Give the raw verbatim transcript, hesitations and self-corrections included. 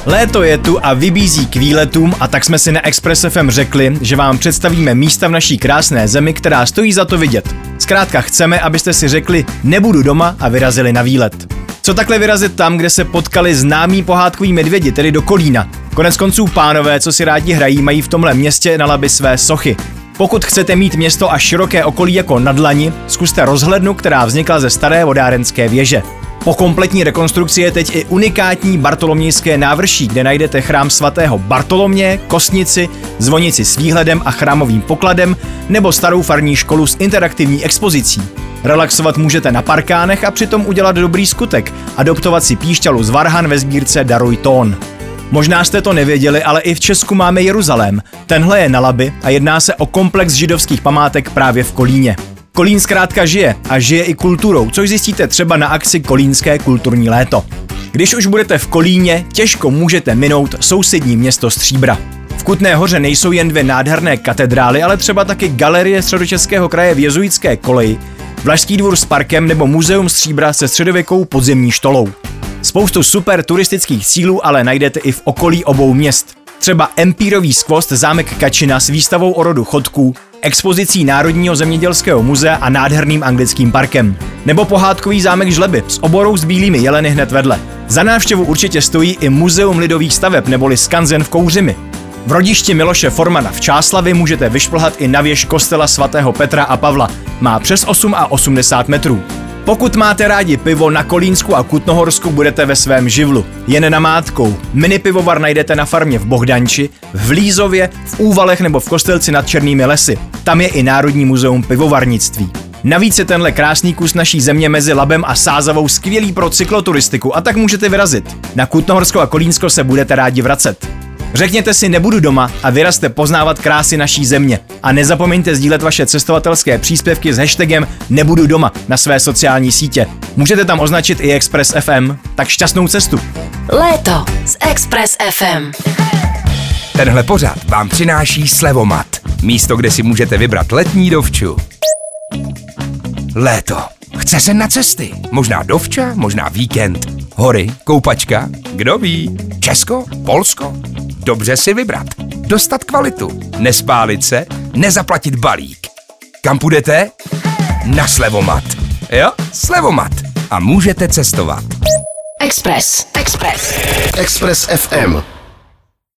Léto je tu a vybízí k výletům, a tak jsme si na Express F M řekli, že vám představíme místa v naší krásné zemi, která stojí za to vidět. Zkrátka chceme, abyste si řekli nebudu doma a vyrazili na výlet. Co takhle vyrazit tam, kde se potkali známí pohádkoví medvědi, tedy do Kolína? Konec konců pánové, co si rádi hrají, mají v tomhle městě na Labi své sochy. Pokud chcete mít město a široké okolí jako na dlani, zkuste rozhlednu, která vznikla ze staré vodárenské věže. Po kompletní rekonstrukci je teď i unikátní Bartolomějské návrší, kde najdete chrám svatého Bartoloměje, kostnici, zvonici s výhledem a chrámovým pokladem nebo starou farní školu s interaktivní expozicí. Relaxovat můžete na parkánech a přitom udělat dobrý skutek, adoptovat si píšťalu z varhan ve sbírce Daruj tón. Možná jste to nevěděli, ale i v Česku máme Jeruzalém. Tenhle je na Labi a jedná se o komplex židovských památek právě v Kolíně. Kolín zkrátka žije a žije i kulturou, což zjistíte třeba na akci Kolínské kulturní léto. Když už budete v Kolíně, těžko můžete minout sousední město Stříbra. V Kutné Hoře nejsou jen dvě nádherné katedrály, ale třeba taky galerie Středočeského kraje v Jezuitské koleji, Vlašský dvůr s parkem nebo muzeum Stříbra se středověkou podzemní štolou. Spoustu super turistických cílů ale najdete i v okolí obou měst. Třeba empírový skvost zámek Kačina s výstavou o rodu chodků, expozicí Národního zemědělského muzea a nádherným anglickým parkem. Nebo pohádkový zámek Žleby s oborou s bílými jeleny hned vedle. Za návštěvu určitě stojí i muzeum lidových staveb neboli skanzen v Kouřimi. V rodišti Miloše Formana v Čáslavi můžete vyšplhat i na věž kostela svatého Petra a Pavla. Má přes osm a osmdesát metrů. Pokud máte rádi pivo, na Kolínsku a Kutnohorsku budete ve svém živlu. Jen namátkou. Mini pivovar najdete na farmě v Bohdanči, v Lízově, v Úvalech nebo v Kostelci nad Černými lesy. Tam je i Národní muzeum pivovarnictví. Navíc je tenhle krásný kus naší země mezi Labem a Sázavou skvělý pro cykloturistiku, a tak můžete vyrazit. Na Kutnohorsko a Kolínsko se budete rádi vracet. Řekněte si nebudu doma a vyrazte poznávat krásy naší země. A nezapomeňte sdílet vaše cestovatelské příspěvky s hashtagem nebudu doma na své sociální sítě. Můžete tam označit i Express F M, tak šťastnou cestu. Léto s Express F M. Tenhle pořad vám přináší Slevomat. Místo, kde si můžete vybrat letní dovču. Léto. Chce se na cesty. Možná dovča, možná víkend. Hory, koupačka, kdo ví. Česko, Polsko. Dobře si vybrat. Dostat kvalitu. Nespálit se, nezaplatit balík. Kam půjdete? Na Slevomat. Jo, Slevomat. A můžete cestovat. Express. Express. Express F M.